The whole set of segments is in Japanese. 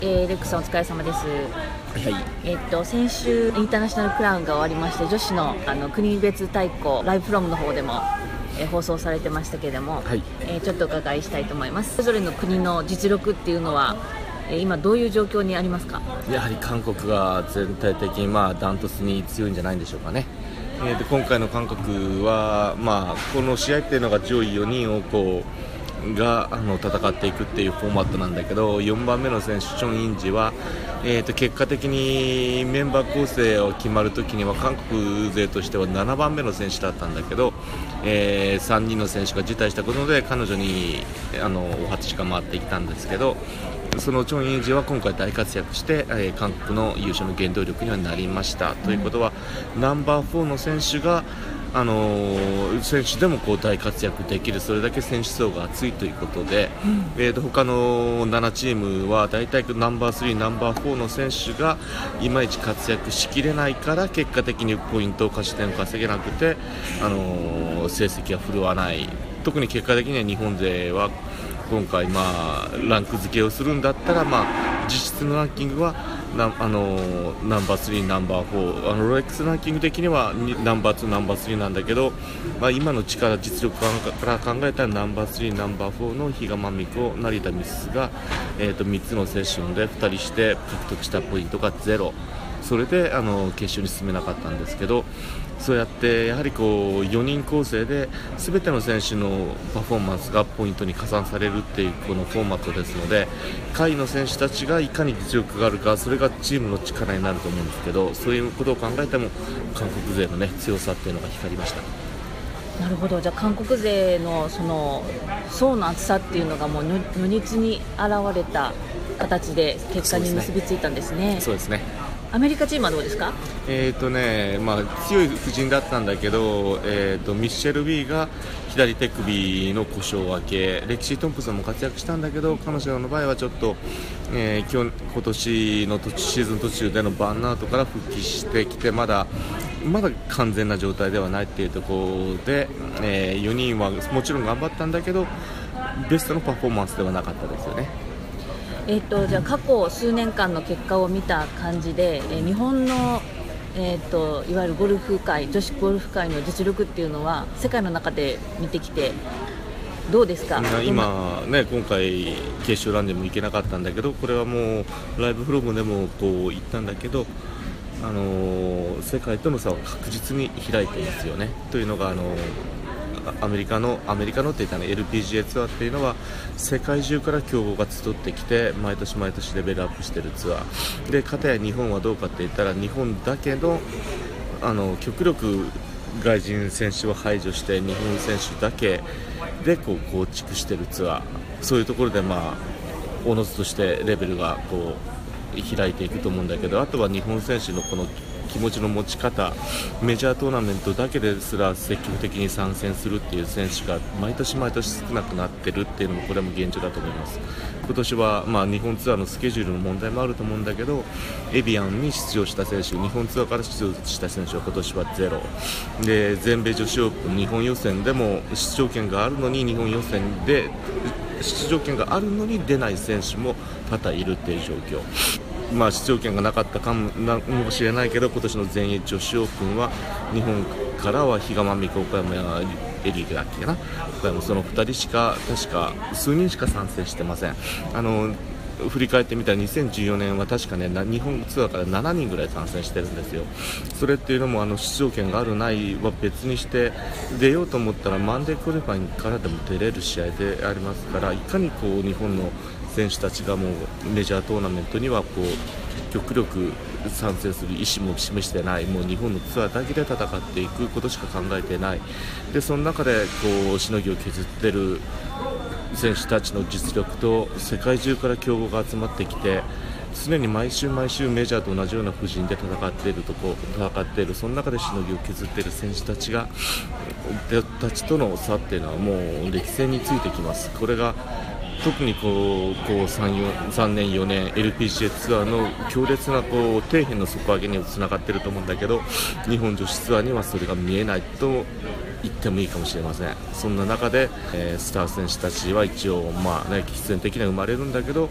レックさんお疲れ様です。 はい。 先週インターナショナルクラウンが終わりまして、女子の国別対抗ライブフロムの方でも、放送されてましたけれども、 はい。 ちょっとお伺いしたいと思います。それぞれの国の実力っていうのは、今どういう状況にありますか？ やはり韓国が全体的にダントツに強いんじゃないんでしょうかね。で今回の韓国は、この試合っていうのが上位4人をが戦っていくっていうフォーマットなんだけど、4番目の選手チョン・インジは、結果的にメンバー構成を決まるときには韓国勢としては7番目の選手だったんだけど、3人の選手が辞退したことで彼女にお初が回ってきたんですけど、そのチョン・インジは今回大活躍して、韓国の優勝の原動力にはなりました。ということはナンバー4の選手が選手でも大活躍できる、それだけ選手層が厚いということで、他の7チームは大体ナンバー3、ナンバー4の選手がいまいち活躍しきれないから、結果的にポイント、勝ち点を稼げなくて、成績が振るわない。特に結果的には日本勢は今回ランク付けをするんだったら、実質のランキングはナンバー3、ナンバー4、ロレックスランキング的にはナンバー2、ナンバー3なんだけど、今の力、実力から考えたらナンバー3、ナンバー4の比嘉真美子、成田実生が、3つのセッションで2人して獲得したポイントが0、それで決勝に進めなかったんですけど、そうやってやはり4人構成で全ての選手のパフォーマンスがポイントに加算されるっていうこのフォーマットですので、下位の選手たちがいかに実力があるか、それがチームの力になると思うんですけど、そういうことを考えても韓国勢の、強さっていうのが光りました。 なるほど。じゃあ韓国勢のその層の厚さっていうのがもう如実に現れた形で結果に結びついたんですね。 そうですね。 アメリカチームはどうですか？ 強い布陣だったんだけど、ミッシェル・ウィーが左手首の故障明け、レキシー・トンプソンも活躍したんだけど、彼女の場合はちょっと、今年のシーズン途中でのバーンアウトから復帰してきて、まだ完全な状態ではないっていうところで、4人はもちろん頑張ったんだけど、ベストのパフォーマンスではなかったですよね。 じゃあ過去数年間の結果を見た感じで、日本の、いわゆるゴルフ界、女子ゴルフ界の実力っていうのは世界の中で見てきてどうですか？ 今回決勝ランでも行けなかったんだけど、これはもうライブフロムでも行ったんだけど、世界との差は確実に開いていますよね。というのがアメリカのって言ったら LPGA ツアーっていうのは世界中から強豪が集ってきて、毎年毎年レベルアップしているツアーで、片や日本はどうかって言ったら、日本だけの極力外人選手を排除して日本選手だけで構築しているツアー、そういうところでおのずとしてレベルが開いていくと思うんだけど、あとは日本選手のこの気持ちの持ち方、メジャートーナメントだけですら積極的に参戦するっていう選手が毎年毎年少なくなってるっていうのも、これも現状だと思います。今年は日本ツアーのスケジュールの問題もあると思うんだけど、エビアンに出場した選手、日本ツアーから出場した選手は今年はゼロで、全米女子オープン日本予選でも出場権があるのに、日本予選で出場権があるのに出ない選手も多々いるっていう状況。出場権がなかったかもしれないけど、今年の全英女子オープンは日本からは比嘉真美子、岡山エリーだっけな、岡山、その2人しか、確か数人しか参戦してません。振り返ってみたら2014年は確か日本ツアーから7人ぐらい参戦してるんですよ。それっていうのも出場権があるないは別にして、出ようと思ったらマンデークオリファインからでも出れる試合でありますから、いかに日本の選手たちがもうメジャートーナメントには極力参戦する意思も示してない、もう日本のツアーだけで戦っていくことしか考えていない。でその中でしのぎを削っている選手たちの実力と、世界中から強豪が集まってきて、常に毎週毎週メジャーと同じような布陣で戦っている、その中でしのぎを削っている選手たちとの差っていうのはもう歴戦についてきます。これが特に3年4年 LPGA ツアーの強烈な底辺の底上げにもつながっていると思うんだけど、日本女子ツアーにはそれが見えないと言ってもいいかもしれません。そんな中で、スター選手たちは一応必然的には生まれるんだけど、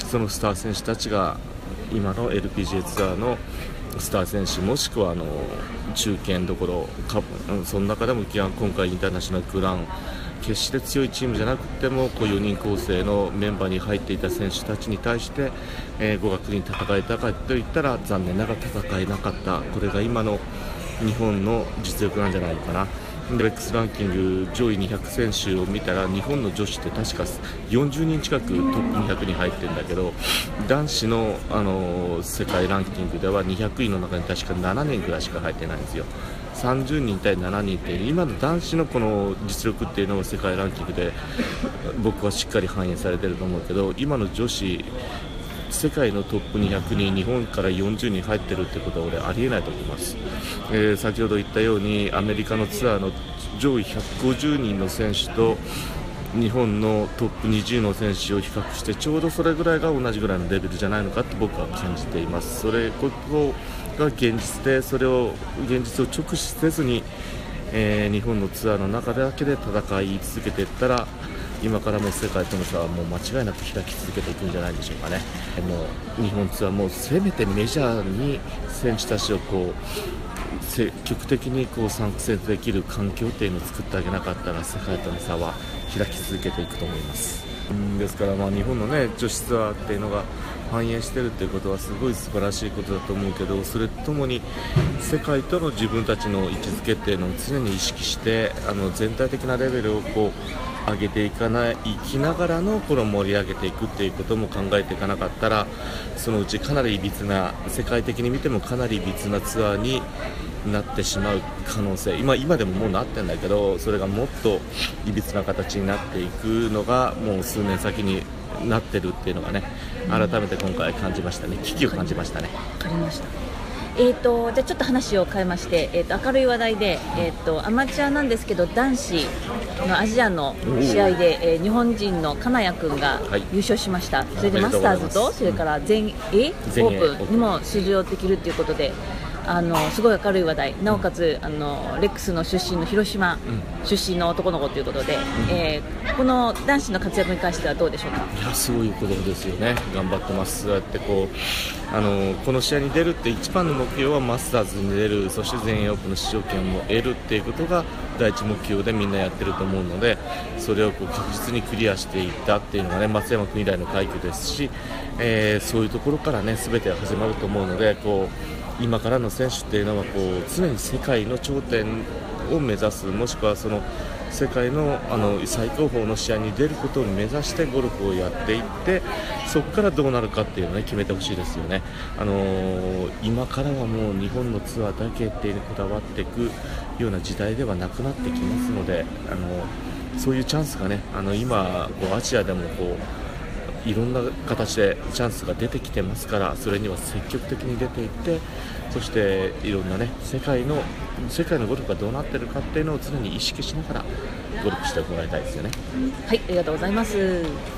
そのスター選手たちが今の LPGA ツアーのスター選手もしくは中堅どころその中でも今回インターナショナルグラン決して強いチームじゃなくても4人構成のメンバーに入っていた選手たちに対して、互角に戦えたかといったら残念ながら戦えなかった。これが今の日本の実力なんじゃないかな。レックスランキング上位200選手を見たら日本の女子って確か40人近くトップ200に入ってるんだけど、男子の、世界ランキングでは200位の中に確か7人ぐらいしか入ってないんですよ。30人対7人って今の男子のこの実力っていうのは世界ランキングで僕はしっかり反映されてると思うけど、今の女子世界のトップ200に日本から40人入ってるってことは俺ありえないと思います。先ほど言ったようにアメリカのツアーの上位150人の選手と日本のトップ20の選手を比較してちょうどそれぐらいが同じぐらいのレベルじゃないのかって僕は感じています。ここが現実で、現実を直視せずに、日本のツアーの中だけで戦い続けていったら今からも世界との差はもう間違いなく開き続けていくんじゃないでしょうかね。もう日本ツアーもせめてメジャーに選手たちを積極的に参戦できる環境っていうのを作ってあげなかったら世界との差は開き続けていくと思います。ですから日本のね女子ツアーっていうのが反映しているということはすごい素晴らしいことだと思うけど、それとともに世界との自分たちの位置づけっていうのを常に意識して全体的なレベルを上げていきながらの盛り上げていくっていうことも考えていかなかったら、そのうちかなりいびつな、世界的に見てもかなりいびつなツアーになってしまう可能性、今でももうなってるんだけど、それがもっといびつな形になっていくのがもう数年先になってるっていうのがね、改めて今回感じましたね。危機を感じましたね。 わかりました。じゃあちょっと話を変えまして、明るい話題で、アマチュアなんですけど男子のアジアの試合で、日本人の金谷君が優勝しました。それでマスターズとそれから全英オープンにも出場できるということで、すごい明るい話題、なおかつレックスの出身の広島出身の男の子ということで、この男子の活躍に関してはどうでしょうか。 いや、すごいことですよね。頑張ってます。そうやってこの試合に出るって一番の目標はマスターズに出る、そして全英オープンの出場権を得るっていうことが第一目標でみんなやってると思うので、それを確実にクリアしていったっていうのがね、松山君以来の快挙ですし、そういうところからね全てが始まると思うので、今からの選手っていうのは常に世界の頂点を目指す、もしくはその世界の最高峰の試合に出ることを目指してゴルフをやっていって、そこからどうなるかっていうのを、ね、決めてほしいですよね。今からはもう日本のツアーだけっていうにこだわっていくような時代ではなくなってきますので、そういうチャンスがね今アジアでもいろんな形でチャンスが出てきてますから、それには積極的に出ていって、そしていろんなね世界のゴルフがどうなってるかっていうのを常に意識しながらゴルフしてもらいたいですよね。 はい、ありがとうございます。